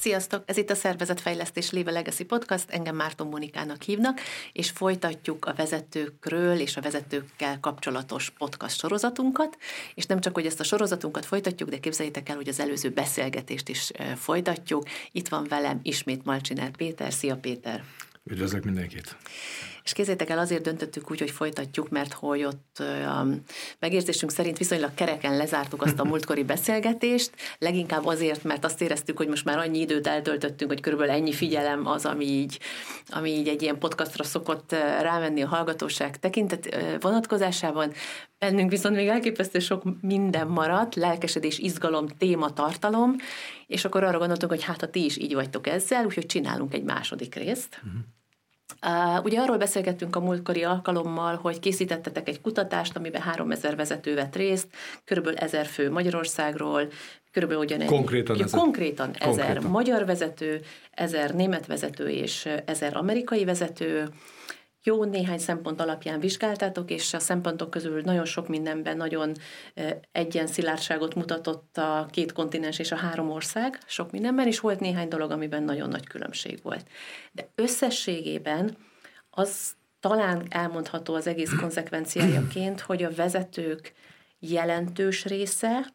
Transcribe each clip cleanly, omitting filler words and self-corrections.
Sziasztok! Ez itt a Szervezetfejlesztés Live Legacy Podcast, engem Márton Monikának hívnak, és folytatjuk a vezetőkről és a vezetőkkel kapcsolatos podcast sorozatunkat, és nem csak, hogy ezt a sorozatunkat folytatjuk, de képzeljétek el, hogy az előző beszélgetést is folytatjuk. Itt van velem ismét Malcsiner Péter. Szia Péter! Üdvözlök mindenkit! És képzeljétek el, azért döntöttük úgy, hogy folytatjuk, mert hogy ott a megérzésünk szerint viszonylag kereken lezártuk azt a múltkori beszélgetést, leginkább azért, mert azt éreztük, hogy most már annyi időt eltöltöttünk, hogy körülbelül ennyi figyelem az, ami így egy ilyen podcastra szokott rámenni a hallgatóság tekintet vonatkozásában. Bennünk viszont még elképesztő sok minden maradt, lelkesedés, izgalom, téma, tartalom, és akkor arra gondoltunk, hogy hát ha ti is így vagytok ezzel, úgyhogy csinálunk egy második részt. Ugye arról beszélgettünk a múltkori alkalommal, hogy készítettetek egy kutatást, amiben 3000 vezető vett részt, körülbelül 1000 fő Magyarországról, körülbelül ugyanennyi. Konkrétan 1000 magyar vezető, 1000 német vezető és 1000 amerikai vezető. Jó néhány szempont alapján vizsgáltátok, és a szempontok közül nagyon sok mindenben nagyon szilárdságot mutatott a 2 kontinens és a 3 ország, sok mindenben, és volt néhány dolog, amiben nagyon nagy különbség volt. De összességében az talán elmondható az egész konzekvenciájaként, hogy a vezetők jelentős része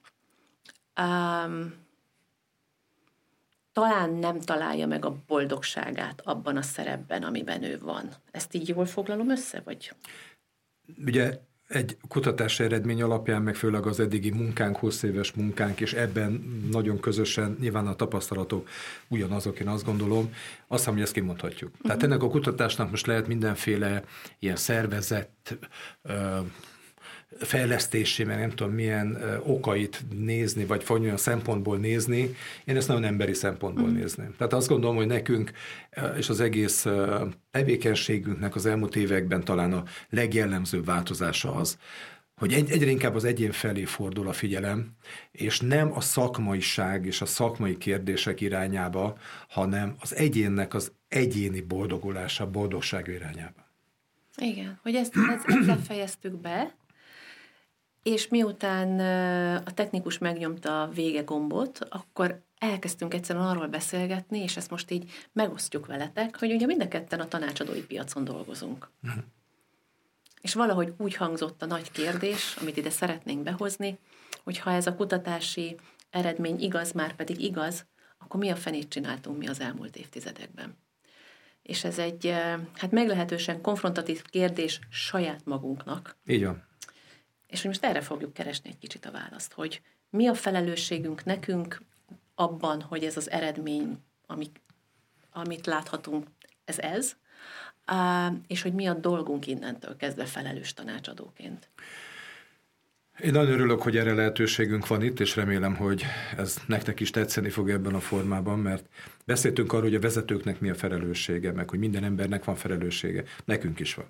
talán nem találja meg a boldogságát abban a szerepben, amiben ő van. Ezt így jól foglalom össze, vagy? Ugye egy kutatási eredmény alapján, meg főleg az eddigi munkánk, 20 éves munkánk, és ebben nagyon közösen, nyilván a tapasztalatok ugyanazok, én azt gondolom, azt hiszem, hogy ezt kimondhatjuk. Tehát ennek a kutatásnak most lehet mindenféle ilyen szervezett fejlesztési, mert nem tudom milyen okait nézni, vagy olyan szempontból nézni, én ezt nagyon emberi szempontból nézném. Tehát azt gondolom, hogy nekünk és az egész tevékenységünknek az elmúlt években talán a legjellemzőbb változása az, hogy egyre inkább az egyén felé fordul a figyelem, és nem a szakmaiság és a szakmai kérdések irányába, hanem az egyénnek az egyéni boldogulása, boldogság irányába. Igen, hogy ezzel fejeztük be, és miután a technikus megnyomta a vége gombot, akkor elkezdtünk egyszerűen arról beszélgetni, és ezt most így megosztjuk veletek, hogy ugye mind a ketten a tanácsadói piacon dolgozunk. És valahogy úgy hangzott a nagy kérdés, amit ide szeretnénk behozni, hogy ha ez a kutatási eredmény igaz, már pedig igaz, akkor mi a fenét csináltunk mi az elmúlt évtizedekben. És ez egy meglehetősen konfrontatív kérdés saját magunknak. Így van. És hogy most erre fogjuk keresni egy kicsit a választ, hogy mi a felelősségünk nekünk abban, hogy ez az eredmény, amit láthatunk, ez, és hogy mi a dolgunk innentől kezdve felelős tanácsadóként. Én nagyon örülök, hogy erre lehetőségünk van itt, és remélem, hogy ez nektek is tetszeni fog ebben a formában, mert beszéltünk arról, hogy a vezetőknek mi a felelőssége, meg hogy minden embernek van felelőssége. Nekünk is van.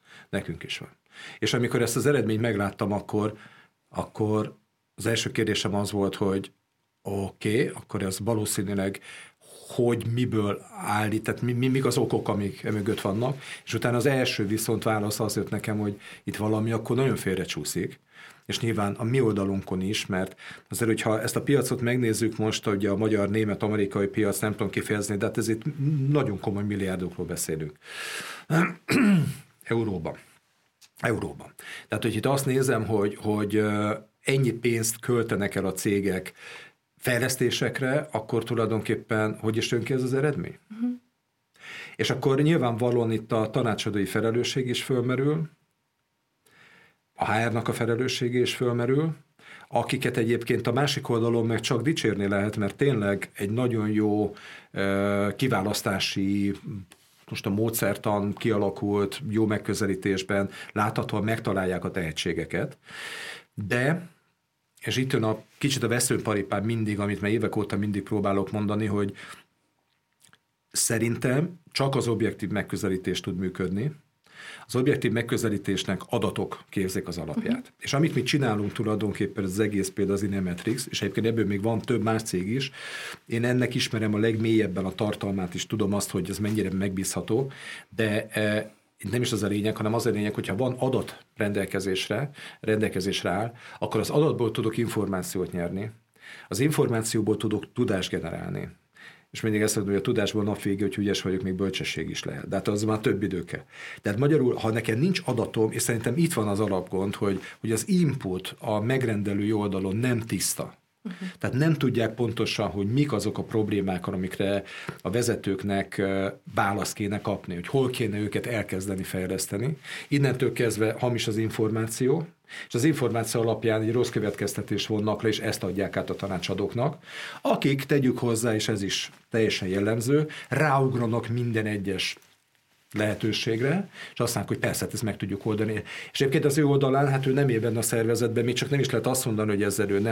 És amikor ezt az eredményt megláttam, akkor az első kérdésem az volt, hogy oké, akkor ez valószínűleg hogy miből állít, tehát mik az okok, amik mögött vannak, és utána az első viszont válasz az jött nekem, hogy itt valami akkor nagyon félrecsúszik, és nyilván a mi oldalunkon is, mert azért, hogyha ezt a piacot megnézzük most, ugye a magyar, német, amerikai piac, nem tudom kifejezni, de hát ez itt nagyon komoly milliárdokról beszélünk. Euróban. Tehát, hogy itt azt nézem, hogy ennyi pénzt költenek el a cégek fejlesztésekre, akkor tulajdonképpen hogy is jön ki ez az eredmény? És akkor nyilvánvalóan itt a tanácsadói felelősség is fölmerül, a HR-nak a felelőssége is fölmerül, akiket egyébként a másik oldalon meg csak dicsérni lehet, mert tényleg egy nagyon jó kiválasztási most a módszertan kialakult, jó megközelítésben láthatóan megtalálják a tehetségeket, de, és itt jön kicsit a veszőparipám mindig, amit már évek óta mindig próbálok mondani, hogy szerintem csak az objektív megközelítés tud működni. Az objektív megközelítésnek adatok képzik az alapját. És amit mi csinálunk tulajdonképpen, az egész például az Inemetrix, és egyébként ebből még van több más cég is, én ennek ismerem a legmélyebben a tartalmát, és tudom azt, hogy ez mennyire megbízható, de nem is az a lényeg, hanem az a lényeg, hogyha van adat rendelkezésre áll, akkor az adatból tudok információt nyerni, az információból tudok tudást generálni. És mindig ezt mondom, hogy a tudásból nap végig, hogy ügyes vagyok, még bölcsesség is lehet. De hát az már több idő kell. Tehát magyarul, ha nekem nincs adatom, és szerintem itt van az alapgond, hogy az input a megrendelői oldalon nem tiszta. Tehát nem tudják pontosan, hogy mik azok a problémák, amikre a vezetőknek választ kéne kapni, hogy hol kéne őket elkezdeni fejleszteni. Innentől kezdve hamis az információ, és az információ alapján egy rossz következtetést vonnak le, és ezt adják át a tanácsadóknak, akik, tegyük hozzá, és ez is teljesen jellemző, ráugranak minden egyes lehetőségre, és azt mondják, hogy persze, ezt meg tudjuk oldani. És egyébként az ő oldalán, hát ő nem él benne a szervezetben, még csak nem is lehet azt mondani, hogy ezzel ő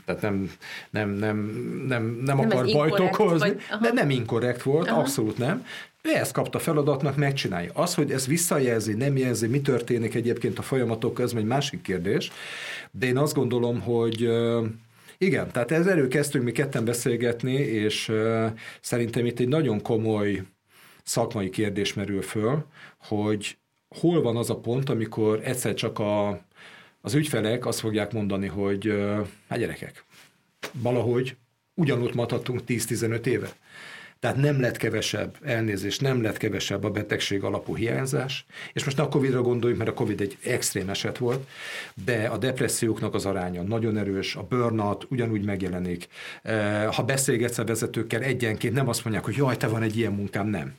nem akar bajt okozni, de nem inkorrekt volt, abszolút nem. Ő ezt kapta feladatnak, megcsinálja. Az, hogy ez visszajelzi, nem jelzi, mi történik egyébként a folyamatokkal, ez egy másik kérdés, de én azt gondolom, hogy igen, tehát erről kezdtünk mi ketten beszélgetni, és szerintem itt egy nagyon komoly szakmai kérdés merül föl, hogy hol van az a pont, amikor egyszer csak az ügyfelek azt fogják mondani, hogy hát gyerekek, valahogy ugyanúgy matadtunk 10-15 éve. Tehát nem lett kevesebb elnézés, nem lett kevesebb a betegség alapú hiányzás, és most ne a Covid-ra gondoljunk, mert a Covid egy extrém eset volt, de a depresszióknak az aránya nagyon erős, a burnout ugyanúgy megjelenik. Ha beszélgetsz a vezetőkkel egyenként, nem azt mondják, hogy jaj, te van egy ilyen munkám, nem.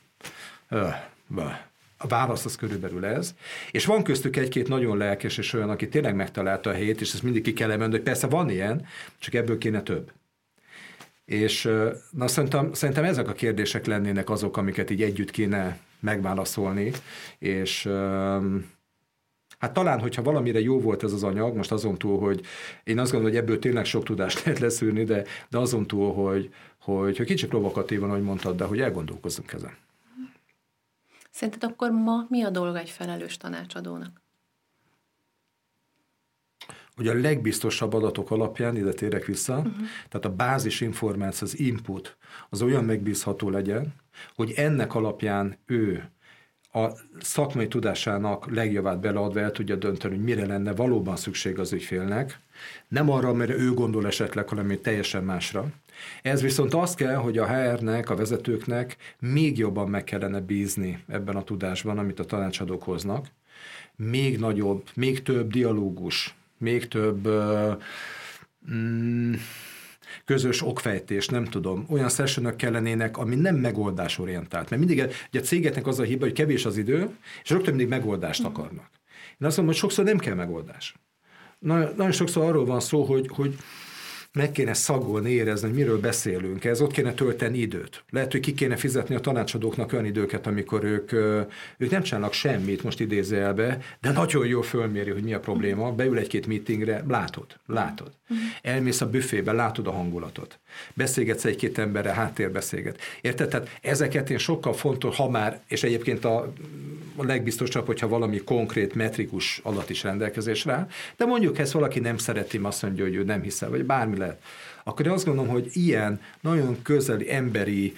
A válasz az körülbelül ez. És van köztük egy-két nagyon lelkes és olyan, aki tényleg megtalálta a helyét, és ezt mindig ki kell emelni, hogy persze van ilyen, csak ebből kéne több. És na, szerintem ezek a kérdések lennének azok, amiket így együtt kéne megválaszolni, és hát talán, hogyha valamire jó volt ez az anyag, most azon túl, hogy én azt gondolom, hogy ebből tényleg sok tudást lehet leszűrni, de azon túl, hogy kicsit provokatívan, ahogy mondtad, de hogy elgondolkozzunk ezen. Szerinted akkor ma mi a dolga egy felelős tanácsadónak? Hogy a legbiztosabb adatok alapján, ide térek vissza, tehát a bázis információ, az input, az olyan megbízható legyen, hogy ennek alapján ő a szakmai tudásának legjavát beleadva el tudja dönteni, hogy mire lenne valóban szükség az ügyfélnek, nem arra, amire ő gondol esetleg, hanem teljesen másra. Ez viszont az kell, hogy a HR-nek, a vezetőknek még jobban meg kellene bízni ebben a tudásban, amit a tanácsadók hoznak. Még nagyobb, még több dialógus, még több közös okfejtés, nem tudom, olyan sessionök kellenének, ami nem megoldásorientált. Mert mindig ugye a cégeknek az a hiba, hogy kevés az idő, és rögtön mindig megoldást akarnak. Én azt mondom, hogy sokszor nem kell megoldás. Nagyon sokszor arról van szó, hogy meg kéne szagolni, érezni, hogy miről beszélünk. Ez ott kéne tölteni időt. Lehet, hogy ki kéne fizetni a tanácsadóknak olyan időket, amikor ők nem csinálnak semmit, most idézőjelbe, de nagyon jól fölméri, hogy mi a probléma. Beül egy-két meetingre, látod. Elmész a büfébe, látod a hangulatot. Beszélgetsz egy-két emberre, háttérbeszélget. Érted? Tehát ezeket én sokkal fontos, ha már, és egyébként a legbiztosabb, hogyha valami konkrét metrikus adat is rendelkezésre áll, de mondjuk, ha ezt valaki nem szereti, azt mondja, hogy ő nem hiszel, vagy bármi lehet, akkor én azt gondolom, hogy ilyen nagyon közeli, emberi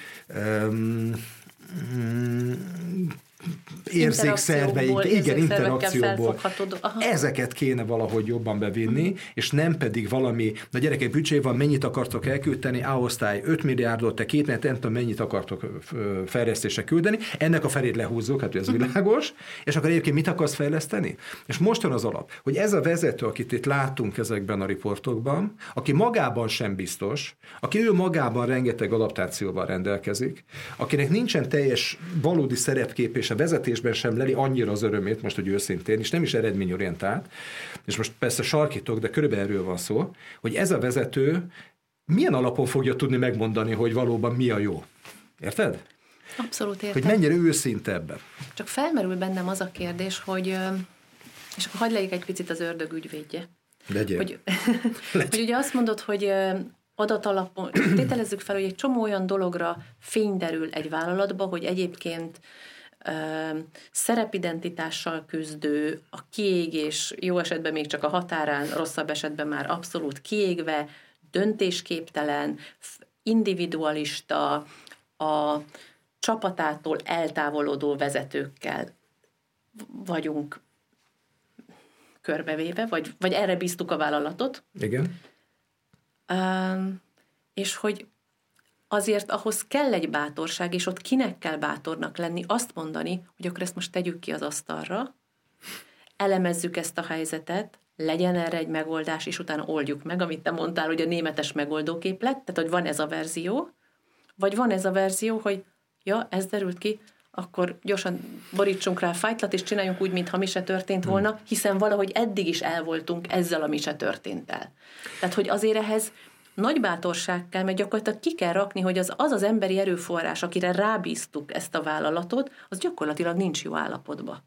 érzékszerveink, interakcióból ezeket kéne valahogy jobban bevinni, és nem pedig valami, na gyerekek, büdzsé van, mennyit akartok elküldeni, A-osztály 5 milliárdot, te 2 milliárd, nem tudom, mennyit akartok fejlesztésre küldeni, ennek a felét lehúzzuk, hát ez világos, és akkor egyébként mit akarsz fejleszteni? És most van az alap, hogy ez a vezető, akit itt láttunk ezekben a riportokban, aki magában sem biztos, aki ő magában rengeteg adaptációval rendelkezik, akinek nincsen teljes valódi szerepkép, és a vezetésben sem leli annyira az örömét, most, hogy őszintén, és nem is eredményorientált, és most persze sarkítok, de körülbelül erről van szó, hogy ez a vezető milyen alapon fogja tudni megmondani, hogy valóban mi a jó. Érted? Abszolút értem. Hogy mennyire őszinte ebben. Csak felmerül bennem az a kérdés, hogy, és akkor hagyd legyek egy picit az ördög ügyvédje. Hogy ugye azt mondod, hogy adatalapon, tételezzük fel, hogy egy csomó olyan dologra fény derül egy vállalatba, hogy egyébként szerepidentitással küzdő, a kiégés jó esetben még csak a határán, rosszabb esetben már abszolút kiégve, döntésképtelen, individualista, a csapatától eltávolodó vezetőkkel vagyunk körbevéve, vagy erre bíztuk a vállalatot. Igen. És hogy azért ahhoz kell egy bátorság, és ott kinek kell bátornak lenni, azt mondani, hogy akkor ezt most tegyük ki az asztalra, elemezzük ezt a helyzetet, legyen erre egy megoldás, és utána oldjuk meg, amit te mondtál, hogy a németes megoldóképlet, tehát hogy van ez a verzió, vagy van ez a verzió, hogy ja, ez derült ki, akkor gyorsan borítsunk rá fájtlat, és csináljunk úgy, mintha mi se történt volna, hiszen valahogy eddig is el voltunk ezzel, ami se történt el. Tehát, hogy azért ehhez nagy bátorság kell, mert gyakorlatilag ki kell rakni, hogy az emberi erőforrás, akire rábíztuk ezt a vállalatot, az gyakorlatilag nincs jó állapotban.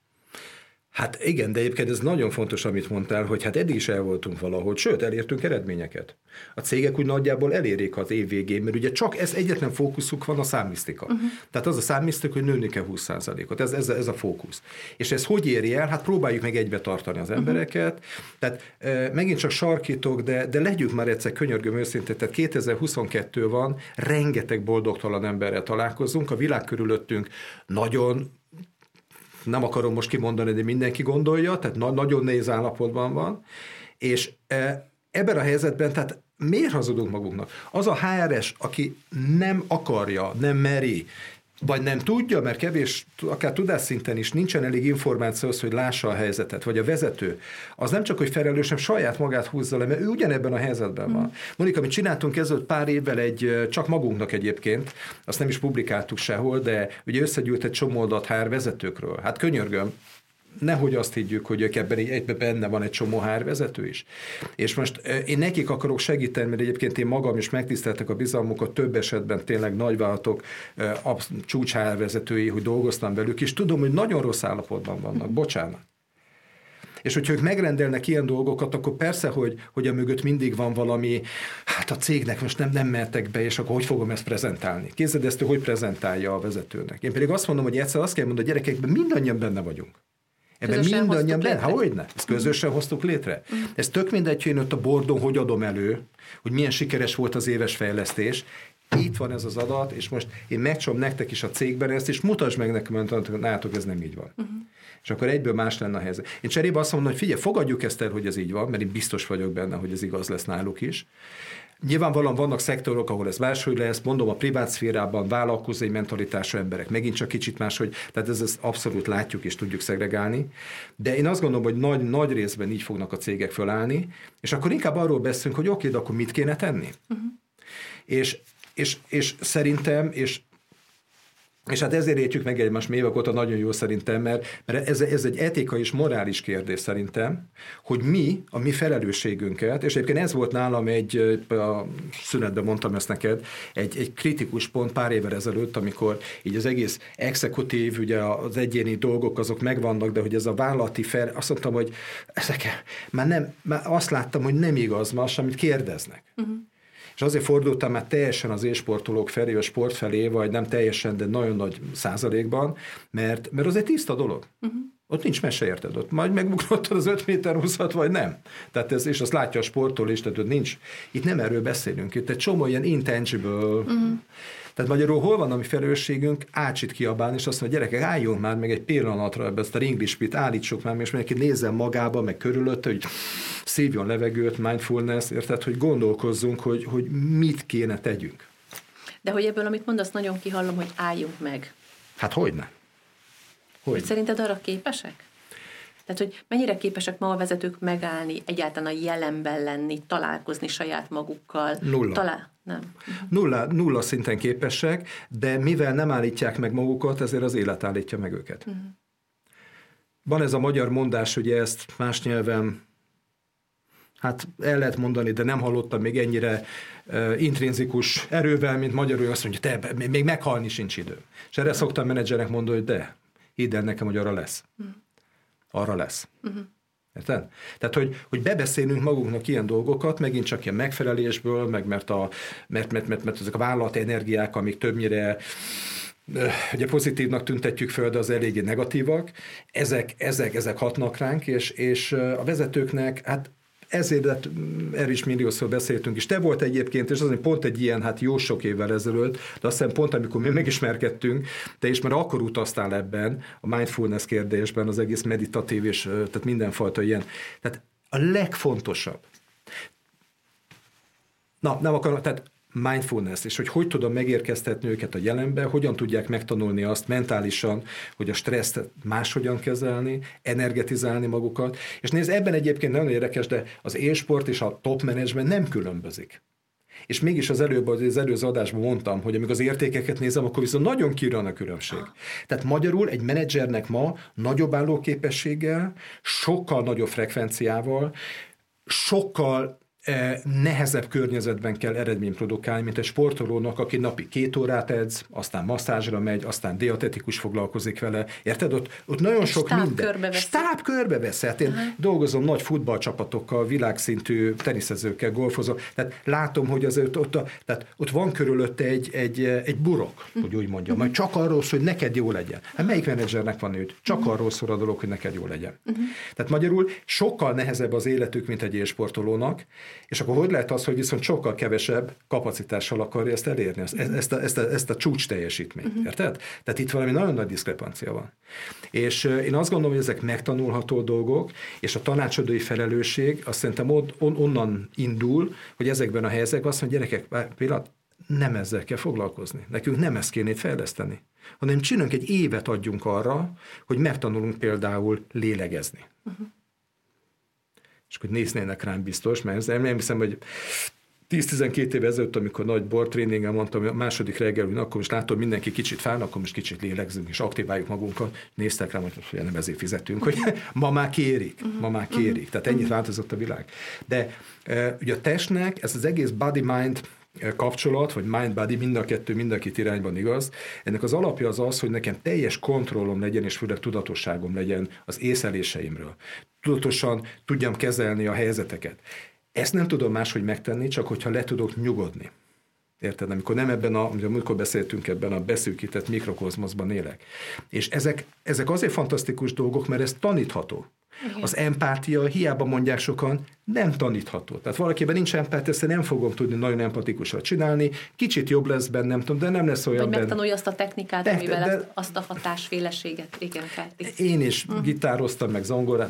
Hát igen, de egyébként ez nagyon fontos, amit mondtál, hogy hát eddig is el voltunk valahogy, sőt, elértünk eredményeket. A cégek úgy nagyjából elérik az év végén, mert ugye csak ez egyetlen fókuszuk van, a számmisztika. Tehát az a számmisztika, hogy nőni kell 20%-ot, ez a fókusz. És ez hogy éri el? Hát próbáljuk meg egybe tartani az embereket. Tehát megint csak sarkítok, de legyünk már egyszer, könyörgöm őszintén, tehát 2022 van, rengeteg boldogtalan emberrel találkozunk, a világ körülöttünk nagyon, nem akarom most kimondani, de mindenki gondolja, tehát nagyon nehéz állapotban van, és ebben a helyzetben, tehát miért hazudunk magunknak? Az a HRS, aki nem akarja, nem meri, vagy nem tudja, mert kevés, akár tudásszinten is nincsen elég információ az, hogy lássa a helyzetet, vagy a vezető, az nem csak, hogy felelős, hanem saját magát húzza le, mert ő ugyanebben a helyzetben van. Monika, amit csináltunk ezelőtt pár évvel csak magunknak egyébként, azt nem is publikáltuk sehol, de ugye összegyűlt egy csomó adat HR vezetőkről. Hát könyörgöm, nehogy azt higgyük, hogy ők ebben benne van egy csomó HR vezető is. És most én nekik akarok segíteni, mert egyébként én magam is megtiszteltek a bizalmukat, több esetben tényleg nagyvállalatok, a csúcs HR vezetői, hogy dolgoztam velük, és tudom, hogy nagyon rossz állapotban vannak. Bocsánat. És hogyha ők megrendelnek ilyen dolgokat, akkor persze, hogy a mögött mindig van valami, hát a cégnek most nem mehetek be, és akkor hogy fogom ezt prezentálni? Képzeld ezt, hogy prezentálja a vezetőnek. Én pedig azt mondom, hogy egyszer azt kell mondani, a gyerekekben mindannyian benne vagyunk. Ebben mindannyian benne. Hogyne? Ezt közösen hoztuk létre. Ez tök mindegy, hogy én ott a bordon hogy adom elő, hogy milyen sikeres volt az éves fejlesztés. Itt van ez az adat, és most én megcsom nektek is a cégben ezt, és mutasd meg nekem, hogy nálatok ez nem így van. És akkor egyből más lenne a helyzet. Én cserébe azt mondom, hogy figyelj, fogadjuk ezt el, hogy ez így van, mert én biztos vagyok benne, hogy ez igaz lesz náluk is. Nyilvánvalóan vannak szektorok, ahol ez máshogy lesz, mondom, a privát szférában vállalkozói mentalitású emberek megint csak kicsit máshogy, tehát ezt abszolút látjuk és tudjuk szegregálni, de én azt gondolom, hogy nagy részben így fognak a cégek fölállni, és akkor inkább arról beszélünk, hogy oké, de akkor mit kéne tenni? És szerintem, és hát ezért értjük meg egymást évek óta nagyon jó szerintem, mert ez egy etikai és morális kérdés szerintem, hogy a mi felelősségünket, és egyébként ez volt nálam a szünetben mondtam ezt neked, egy kritikus pont pár évvel ezelőtt, amikor így az egész exekutív, ugye az egyéni dolgok azok megvannak, de hogy ez a vállalati azt mondtam, hogy már azt láttam, hogy nem igaz más, amit kérdeznek. És azért fordultam már teljesen az e-sportolók felé, a sport felé, vagy nem teljesen, de nagyon nagy százalékban, mert az egy tiszta dolog. Ott nincs mese, érted? Ott majd megugrottad az 5 méter 20-at, vagy nem. Tehát és azt látja a sporttól is, tehát nincs. Itt nem erről beszélünk, itt egy csomó ilyen intangible. Tehát magyarul hol van a mi felelősségünk átsit kiabálni, és azt mondja, gyerekek, álljunk már meg egy pillanatra ebbe ezt a ringlispit, állítsuk már, és mindenki nézzen magába, meg körülötte, hogy szívjon levegőt, mindfulness, érted, hogy gondolkozzunk, hogy mit kéne tegyünk. De hogy ebből, amit mondasz, nagyon kihallom, hogy álljunk meg. Hát hogyne? Hogy szerinted arra képesek? Tehát, hogy mennyire képesek ma a vezetők megállni, egyáltalán a jelenben lenni, találkozni saját magukkal? Nulla. Nem. Nulla szinten képesek, de mivel nem állítják meg magukat, ezért az élet állítja meg őket. Van ez a magyar mondás, hogy ezt más nyelven hát el lehet mondani, de nem hallottam még ennyire intrinzikus erővel, mint magyarul, azt mondja, te még meghalni sincs idő. És erre szoktam menedzsernek mondani, hogy de, hidd el nekem, hogy arra lesz. Arra lesz. Érted? Tehát, hogy bebeszélünk magunknak ilyen dolgokat, megint csak ilyen megfelelésből, meg mert ezek a vállalati energiák, amik többnyire ugye pozitívnak tüntetjük föl, de az eléggé negatívak, ezek hatnak ránk, és a vezetőknek, hát ezért erről is milliószor beszéltünk is. Te volt egyébként, és azért pont egy ilyen, hát jó sok évvel ezelőtt, de azt hiszem pont amikor mi megismerkedtünk, te is már akkor utaztál ebben, a mindfulness kérdésben, az egész meditatív, és tehát mindenfajta ilyen. Tehát a legfontosabb. Nem akarom, tehát mindfulness, és hogy tudom megérkeztetni őket a jelenbe, hogyan tudják megtanulni azt mentálisan, hogy a stresszt máshogyan kezelni, energetizálni magukat. És nézd, ebben egyébként nagyon érdekes, de az élsport és a top management nem különbözik. És mégis az előző adásban mondtam, hogy amikor az értékeket nézem, akkor viszont nagyon kirán a különbség. Tehát magyarul egy menedzsernek ma nagyobb állóképességgel, sokkal nagyobb frekvenciával, sokkal nehezebb környezetben kell eredményt produkálni, mint egy sportolónak, aki napi 2 órát edz, aztán masszázsra megy, aztán dietetikus foglalkozik vele. Érted? Ott nagyon sok minden. Stáb körbevesz. Hát én dolgozom nagy futballcsapatokkal, világszintű teniszezőkkel, golfozom. Tehát látom, hogy azért ott van körülötte egy burok, hogy úgy mondjam. Majd csak arról szól, hogy neked jó legyen. Hát melyik menedzsernek van őt? Csak arról szól a dolog, hogy neked jó legyen. Tehát magyarul sokkal nehezebb az életük, mint egy élsportolónak. És akkor hogy lehet az, hogy viszont sokkal kevesebb kapacitással akarja ezt elérni, ezt a csúcs teljesítményt, érted? Tehát itt valami nagyon nagy diszkrepancia van. És én azt gondolom, hogy ezek megtanulható dolgok, és a tanácsadói felelősség azt szerintem onnan indul, hogy ezekben a helyzetekben azt mondja, gyerekek, pillanat, nem ezzel kell foglalkozni. Nekünk nem ezt kéne fejleszteni, hanem csinálunk egy évet adjunk arra, hogy megtanulunk például lélegezni. És hogy néznének rám biztos, mert nem hiszem, hogy 10-12 éve ezelőtt, amikor nagy bortréningen mondtam, a második reggel, hogy akkor most látom, mindenki kicsit fáll, akkor most kicsit lélegzünk, és aktiváljuk magunkat. Néztek rám, hogy nem ezért fizetünk, hogy ma már kérik. Tehát ennyit változott a világ. De ugye a testnek ez az egész body-mind kapcsolat, vagy mind-body, mind a két irányban igaz. Ennek az alapja az, hogy nekem teljes kontrollom legyen, és főleg tudatosságom legyen az észeléseimről. Tudatosan tudjam kezelni a helyzeteket. Ezt nem tudom máshogy megtenni, csak hogyha le tudok nyugodni. Érted? Amikor nem amikor beszéltünk ebben a beszűkített mikrokozmoszban élek. És ezek azért fantasztikus dolgok, mert ez tanítható. Igen. Az empátia, hiába mondják sokan, nem tanítható. Tehát valakiben nincs empátia, ezt nem fogom tudni nagyon empatikusat csinálni, kicsit jobb lesz bennem, nem tudom, de nem lesz olyan. Vagy megtanulja azt a technikát, amivel azt a hatásféleséget kelti. Én is gitároztam, meg zongorát,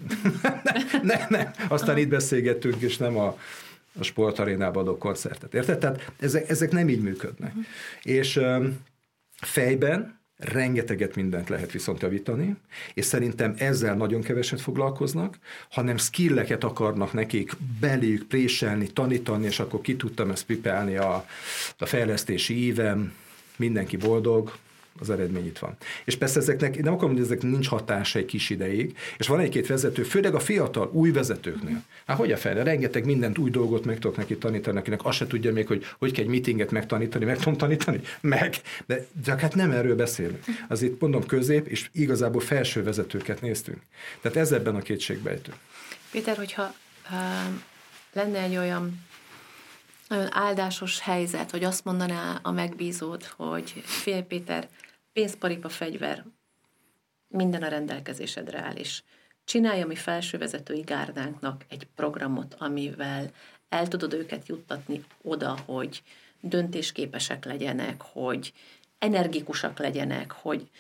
nem. Aztán itt beszélgettünk, és nem a sportarénában adok koncertet. Érted? Tehát ezek nem így működnek. És fejben rengeteget mindent lehet viszont javítani, és szerintem ezzel nagyon keveset foglalkoznak, hanem skilleket akarnak nekik beléjük préselni, tanítani, és akkor ki tudtam ezt pipálni a fejlesztési ívem, mindenki boldog, az eredmény itt van. És persze ezeknek, én nem akarom, hogy ezek nincs hatása egy kis ideig, és van egy-két vezető, főleg a fiatal, új vezetőknél. Hát hogy a fejle? Rengeteg mindent, új dolgot meg tudok neki tanítani, akinek azt se tudja még, hogy kell egy meetinget megtanítani, meg tudom tanítani? De hát nem erről beszélünk. Az itt mondom közép, és igazából felső vezetőket néztünk. Tehát ez ebben a kétségbejtő. Péter, hogyha lenne egy olyan nagyon áldásos helyzet, hogy azt mondaná a megbízód, hogy figyelj Péter, pénzparipa, fegyver, minden a rendelkezésedre áll, és csinálj a mi felsővezetői gárdánknak egy programot, amivel el tudod őket juttatni oda, hogy döntésképesek legyenek, hogy energikusak legyenek, hogy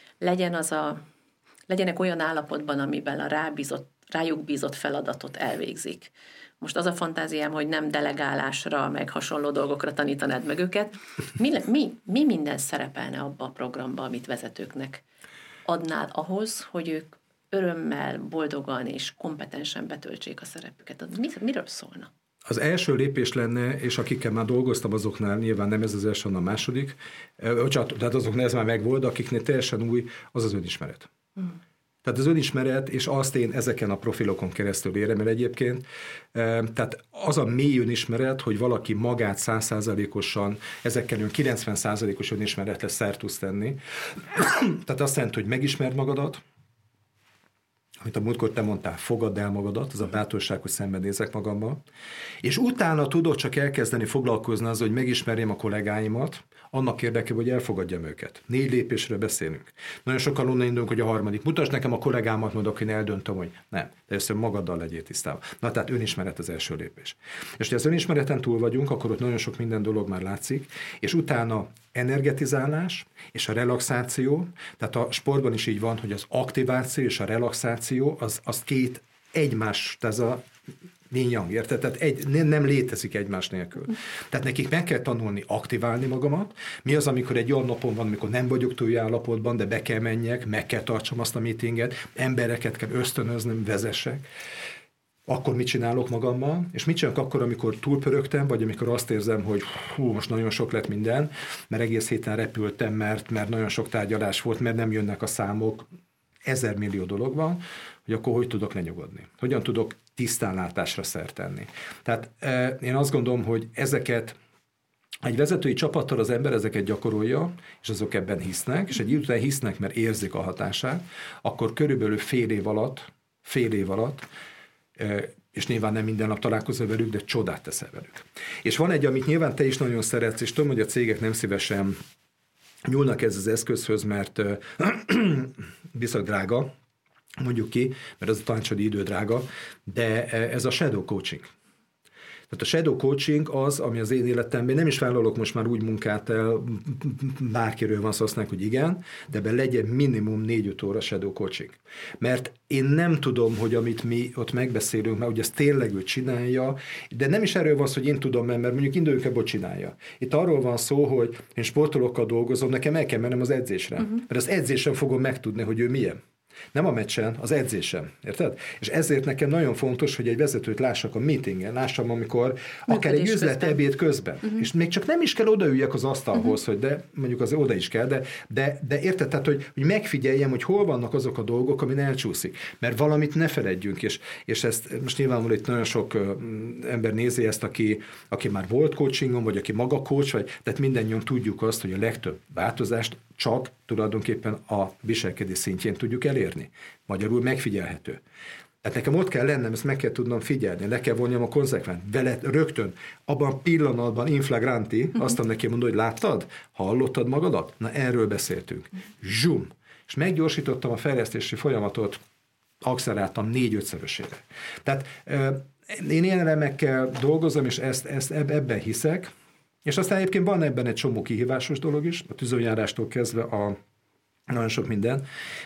legyenek olyan állapotban, amiben a rájuk bízott feladatot elvégzik. Most az a fantáziám, hogy nem delegálásra, meg hasonló dolgokra tanítanád meg őket. Mi minden szerepelne abba a programba, amit vezetőknek adnál ahhoz, hogy ők örömmel, boldogan és kompetensen betöltsék a szerepüket? Miről szólna? Az első lépés lenne, és akikkel már dolgoztam, azoknál nyilván nem ez az első, hanem a második, tehát azoknál ez már megvolt, akiknél teljesen új, az az önismeret. Tehát az önismeret, és azt én ezeken a profilokon keresztül érem el egyébként. Tehát az a mély önismeret, hogy valaki magát 100%-osan, ezekkel 90%-os önismeretre szert tudsz tenni. Tehát azt jelenti, hogy megismerd magadat, amit a múltkor te mondtál, fogadd el magadat, az a bátorság, hogy szembenézek magammal, és utána tudod csak elkezdeni foglalkozni azzal, hogy megismerjem a kollégáimat, annak érdekében, hogy elfogadjam őket. 4 lépésről beszélünk. Nagyon sokan onnan indulunk, hogy a harmadik. Mutasd nekem a kollégámat, mondok, én eldöntöm, hogy nem. De először magaddal legyél tisztában. Na, tehát önismeret az első lépés. És ha az önismereten túl vagyunk, akkor ott nagyon sok minden dolog már látszik, és utána energetizálás és a relaxáció, tehát a sportban is így van, hogy az aktiváció és a relaxáció az két egymás, tehát yin-yang, érted? Tehát nem létezik egymás nélkül. Tehát nekik meg kell tanulni aktiválni magamat. Mi az, amikor egy olyan napon van, amikor nem vagyok túl jó állapotban, de be kell menjek, meg kell tartsam azt a meetinget, embereket kell ösztönözni, vezessek. Akkor mit csinálok magammal, és mit csinálok akkor, amikor túlpörögtem, vagy amikor azt érzem, hogy most nagyon sok lett minden, mert egész héten repültem, mert nagyon sok tárgyalás volt, mert nem jönnek a számok, 1000 millió dolog van, hogy akkor hogy tudok lenyugodni? Hogyan tudok tisztánlátásra szert tenni? Tehát én azt gondolom, hogy ezeket egy vezetői csapattal az ember ezeket gyakorolja, és azok ebben hisznek, és egy idő után hisznek, mert érzik a hatását, akkor körülbelül fél év alatt, és nyilván nem minden nap találkozol velük, de csodát teszel velük. És van egy, amit nyilván te is nagyon szeretsz, és tudom, hogy a cégek nem szívesen nyúlnak ez az eszközhöz, mert bizony drága, mondjuk ki, mert az a tanácsadi idő drága, de ez a shadow coaching. Tehát a shadow coaching az, ami az én életemben, nem is vállalok most már úgy munkát el, bárkiről van szó, azt mondják, hogy igen, de ebben legyen minimum 4-5 óra shadow coaching. Mert én nem tudom, hogy amit mi ott megbeszélünk, mert ugye ezt tényleg ő csinálja, de nem is erről van szó, hogy én tudom, mert mondjuk induljuk ebből csinálja. Itt arról van szó, hogy én sportolókkal dolgozom, nekem el kell mennem az edzésre. Mert az edzésen fogom megtudni, hogy ő milyen. Nem a meccsen, az edzésen, érted? És ezért nekem nagyon fontos, hogy egy vezetőt lássak a meetingen, lássam, amikor akár egy üzletebéd közben. És még csak nem is kell odaüljek az asztalhoz, hogy de mondjuk az oda is kell, de érted? Tehát, hogy megfigyeljem, hogy hol vannak azok a dolgok, amin elcsúszik. Mert valamit ne feledjünk, és ezt most nyilvánvalóan itt nagyon sok ember nézi ezt, aki már volt coachingon, vagy aki maga coach, tehát mindannyian tudjuk azt, hogy a legtöbb változást csak tulajdonképpen a viselkedés szintjén tudjuk elérni. Magyarul megfigyelhető. Tehát nekem ott kell lennem, ezt meg kell tudnom figyelni, le kell vonjam a konzekvent. Vele rögtön, abban a pillanatban inflagranti, azt tudom neki mondani, hogy láttad? Hallottad magadat? Na erről beszéltünk. Zsum! És meggyorsítottam a fejlesztési folyamatot, akceleráltam 4-5-szörösére. Tehát én ilyen elemekkel dolgozom, és ebben hiszek, és aztán egyébként van ebben egy csomó kihívásos dolog is, a tűzoljárástól kezdve nagyon sok minden,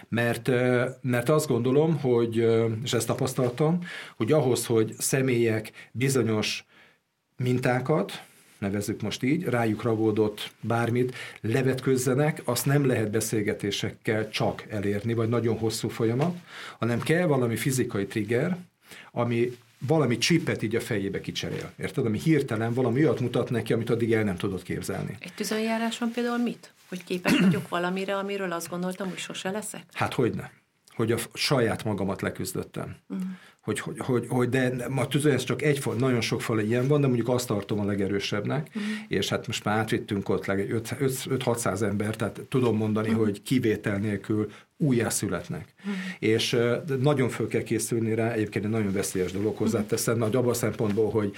mert azt gondolom, hogy, és ezt tapasztaltam, hogy ahhoz, hogy személyek bizonyos mintákat, nevezzük most így, rájuk ragódott bármit, levetközzenek, azt nem lehet beszélgetésekkel csak elérni, vagy nagyon hosszú folyamat, hanem kell valami fizikai trigger, ami valami csipet így a fejébe kicserél. Érted? Ami hirtelen valami olyat mutat neki, amit addig el nem tudod képzelni. Egy tűzoljáráson például mit? Hogy képes vagyok valamire, amiről azt gondoltam, hogy sose leszek? Hát hogyne. Hogy a saját magamat leküzdöttem. De a tűzoljáráson csak nagyon sok fal ilyen van, de mondjuk azt tartom a legerősebbnek, és hát most már átvittünk ott 500-600 ember, tehát tudom mondani, hogy kivétel nélkül újjászületnek. És nagyon föl kell készülni rá, egyébként egy nagyon veszélyes dolog, hozzáteszem, nagy abban a szempontból, hogy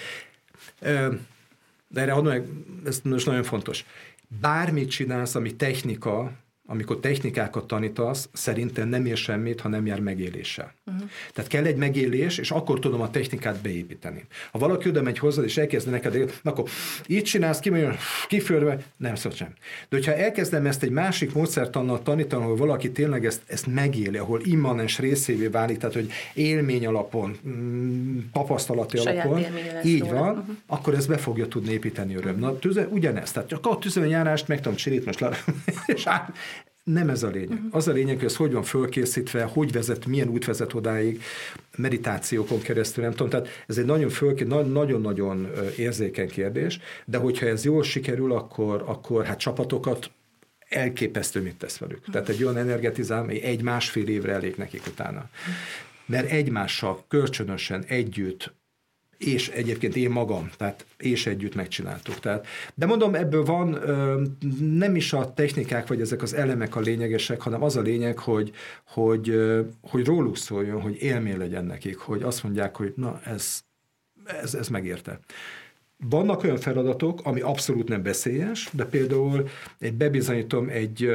de erre ez most nagyon fontos. Bármit csinálsz, ami technika, amikor technikákat tanítasz, szerintem nem ér semmit, ha nem jár megéléssel. Tehát kell egy megélés, és akkor tudom a technikát beépíteni. Ha valaki oda megy hozzá, és elkezd neked, akkor így csinálsz, kifőrve, nem szó sem. De hogyha elkezdem ezt egy másik módszertannal tanítani, ahol valaki tényleg ezt megéli, ahol immanens részévé válik, tehát hogy élmény alapon, tapasztalati alapon, így van, akkor ezt be fogja tudni építeni öröm. Na, ugyanezt. Tehát csak a tűzoljárást meg tudom csinálni, most nem ez a lényeg. Az a lényeg, hogy ez hogy van fölkészítve, hogy vezet, milyen út vezet odáig, meditációkon keresztül, nem tudom. Tehát ez egy nagyon-nagyon érzékeny kérdés, de hogyha ez jól sikerül, akkor hát csapatokat elképesztő mit tesz velük. Tehát egy olyan energetizál, ami 1-1,5 évre elég nekik utána. Mert egymással, kölcsönösen, együtt, és egyébként én magam, tehát és együtt megcsináltuk. Tehát, de mondom, ebből van nem is a technikák, vagy ezek az elemek a lényegesek, hanem az a lényeg, hogy róluk szóljon, hogy élmény legyen nekik, hogy azt mondják, hogy na, ez megérte. Vannak olyan feladatok, ami abszolút nem veszélyes, de például bebizonyítom egy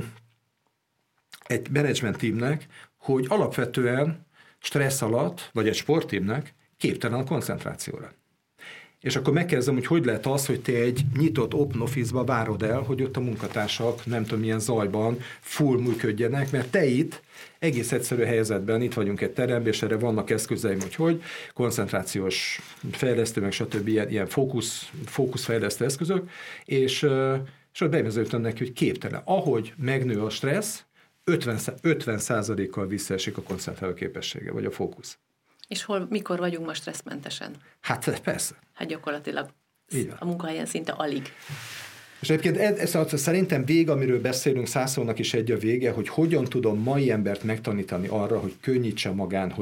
management teamnek, hogy alapvetően stressz alatt, vagy egy sportteamnek képtelen a koncentrációra. És akkor megkérdezem, hogy lehet az, hogy te egy nyitott open office-ba várod el, hogy ott a munkatársak nem tudom milyen zajban full működjenek, mert te itt egész egyszerű helyzetben itt vagyunk egy teremben, és erre vannak eszközeim, hogy koncentrációs fejlesztő, meg stb. Ilyen fókuszfejlesztő eszközök, és ott beveződtem neki, hogy képtelen. Ahogy megnő a stressz, 50%-kal visszaesik a koncentráló képessége, vagy a fókusz. És mikor vagyunk most stresszmentesen? Hát persze. Hát gyakorlatilag a munkahelyen szinte alig. És egyébként ez szerintem amiről beszélünk, 100 szónak is egy a vége, hogy hogyan tudom mai embert megtanítani arra, hogy könnyítse magán,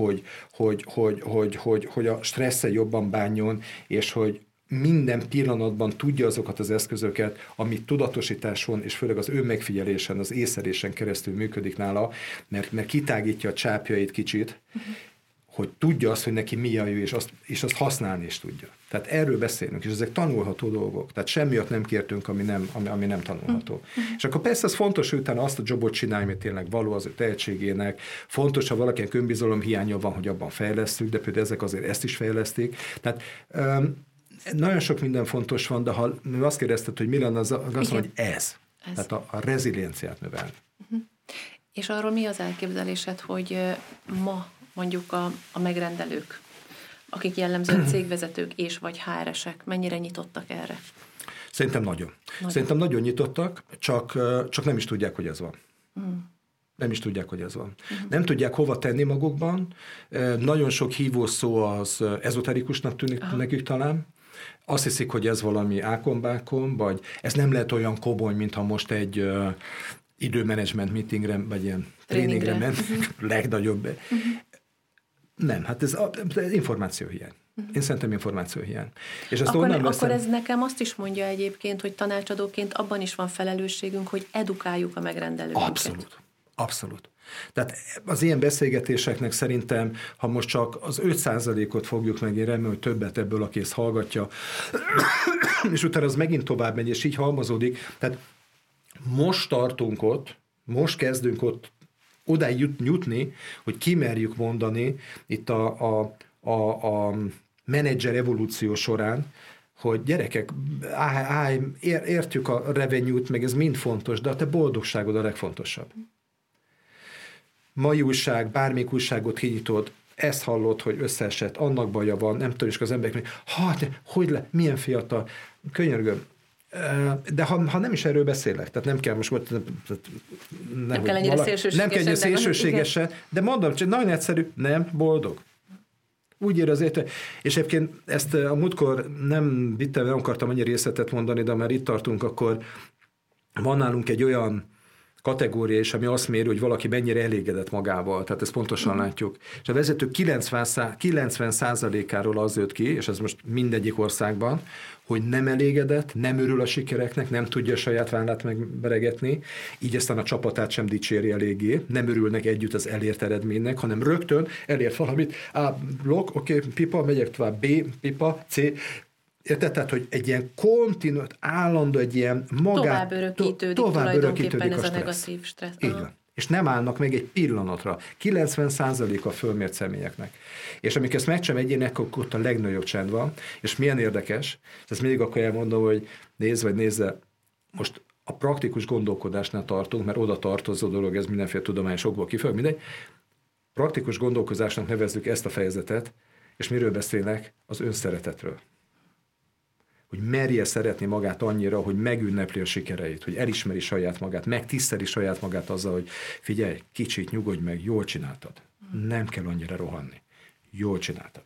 hogy a stresszel jobban bánjon, és hogy minden pillanatban tudja azokat az eszközöket, amit tudatosításon, és főleg az önmegfigyelésen, az észlelésen keresztül működik nála, mert kitágítja a csápjait kicsit, hogy tudja azt, hogy neki mi a jó, és azt használni is tudja. Tehát erről beszélünk, és ezek tanulható dolgok. Tehát semmiatt nem kértünk, ami nem tanulható. És akkor persze az fontos, hogy utána azt a jobot csinálni, mert tényleg való az ő tehetségének. Fontos, ha valakinek önbizalom hiánya van, hogy abban fejlesztjük, de például ezek azért ezt is fejlesztik. Tehát nagyon sok minden fontos van, de ha azt kérdezted, hogy mi lenne, azt mondom, hogy ez. Tehát a rezilienciát növelni. És arról mi az elképzelésed, hogy ma mondjuk a megrendelők, akik jellemzően cégvezetők és vagy HR-esek, mennyire nyitottak erre? Szerintem nagyon. Szerintem nagyon nyitottak, csak nem is tudják, hogy ez van. Nem is tudják, hogy ez van. Nem tudják hova tenni magukban. Nagyon sok hívószó az ezoterikusnak tűnik nekik talán. Azt hiszik, hogy ez valami ákombákom, vagy ez nem lehet olyan komoly, mintha most egy időmenedzsment meetingre, vagy ilyen tréningre mennek, legnagyobb. Nem, hát ez információhiány. Én szerintem információhiány. És ezt akkor ez nekem azt is mondja egyébként, hogy tanácsadóként abban is van felelősségünk, hogy edukáljuk a megrendelőket. Abszolút. Tehát az ilyen beszélgetéseknek szerintem, ha most csak az 5%-ot fogjuk meg, én remélem, hogy többet ebből, aki ezt hallgatja, és utána az megint tovább megy, és így halmozódik. Tehát most tartunk ott, most kezdünk ott odáig jutni, hogy kimerjük mondani itt a menedzser evolúció során, hogy gyerekek, értjük a revenue-t, meg ez mind fontos, de a te boldogságod a legfontosabb. Mai újság, bármelyik újságot kinyitod, ezt hallod, hogy összeesett, annak baja van, nem tudom, és az emberek, milyen fiatal, könyörgöm. De ha nem is erről beszélek, tehát nem kell most nem kell ennyire szélsőségesen, de mondom, csak nagyon egyszerű, nem boldog. Úgy ér azért, és egyébként ezt a múltkor nem akartam annyi részletet mondani, de már itt tartunk, akkor van nálunk egy olyan kategória is, ami azt méri, hogy valaki mennyire elégedett magával, tehát ezt pontosan látjuk. És a vezetők 90%-áról az jött ki, és ez most mindegyik országban, hogy nem elégedett, nem örül a sikereknek, nem tudja a saját vállát megberegetni, így aztán a csapatát sem dicséri eléggé, nem örülnek együtt az elért eredménynek, hanem rögtön elért valamit, A blokk, oké, pipa, megyek tovább, B, pipa, C, érted? Tehát, hogy egy ilyen kontinuált, állandó, egy ilyen tovább örökítődik ez a negatív stressz. Így van. És nem állnak meg egy pillanatra. 90%-a fölmért személyeknek. És amikor ezt megcsinálom egyének, akkor ott a legnagyobb csend van. És milyen érdekes, és ezt mindig akkor elmondom, hogy nézze, most a praktikus gondolkodásnál tartunk, mert oda tartozó dolog, ez mindenféle tudományos okból kifejező, mindegy. Praktikus gondolkozásnak nevezzük ezt a fejezetet, és miről beszélnek? Az önszeretetről. Hogy merje szeretni magát annyira, hogy megünnepli a sikereit, hogy elismeri saját magát, megtiszteli saját magát azzal, hogy figyelj, kicsit nyugodj meg, jól csináltad. Nem kell annyira rohanni. Jól csináltad.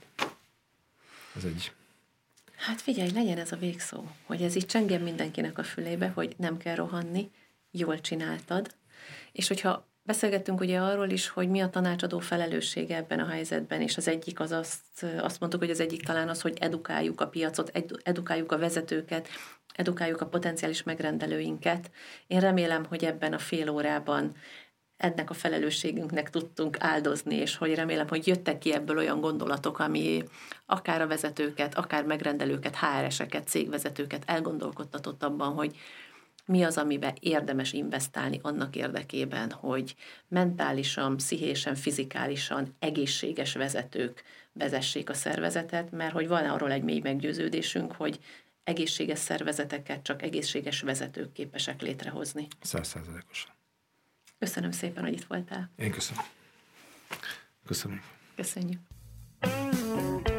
Ez egy... Hát figyelj, legyen ez a végszó, hogy ez így csengjen mindenkinek a fülébe, hogy nem kell rohanni, jól csináltad. És hogyha beszélgettünk ugye arról is, hogy mi a tanácsadó felelőssége ebben a helyzetben, és az egyik az azt mondtuk, hogy az egyik talán az, hogy edukáljuk a piacot, edukáljuk a vezetőket, edukáljuk a potenciális megrendelőinket. Én remélem, hogy ebben a fél órában ennek a felelősségünknek tudtunk áldozni, és hogy remélem, hogy jöttek ki ebből olyan gondolatok, ami akár a vezetőket, akár megrendelőket, HR-eseket, cégvezetőket elgondolkodtatott abban, hogy mi az, amiben érdemes investálni annak érdekében, hogy mentálisan, pszichésen, fizikálisan egészséges vezetők vezessék a szervezetet, mert hogy van arról egy mély meggyőződésünk, hogy egészséges szervezeteket csak egészséges vezetők képesek létrehozni. 100%-osan. Köszönöm szépen, hogy itt voltál. Én köszönöm. Köszönöm. Köszönjük.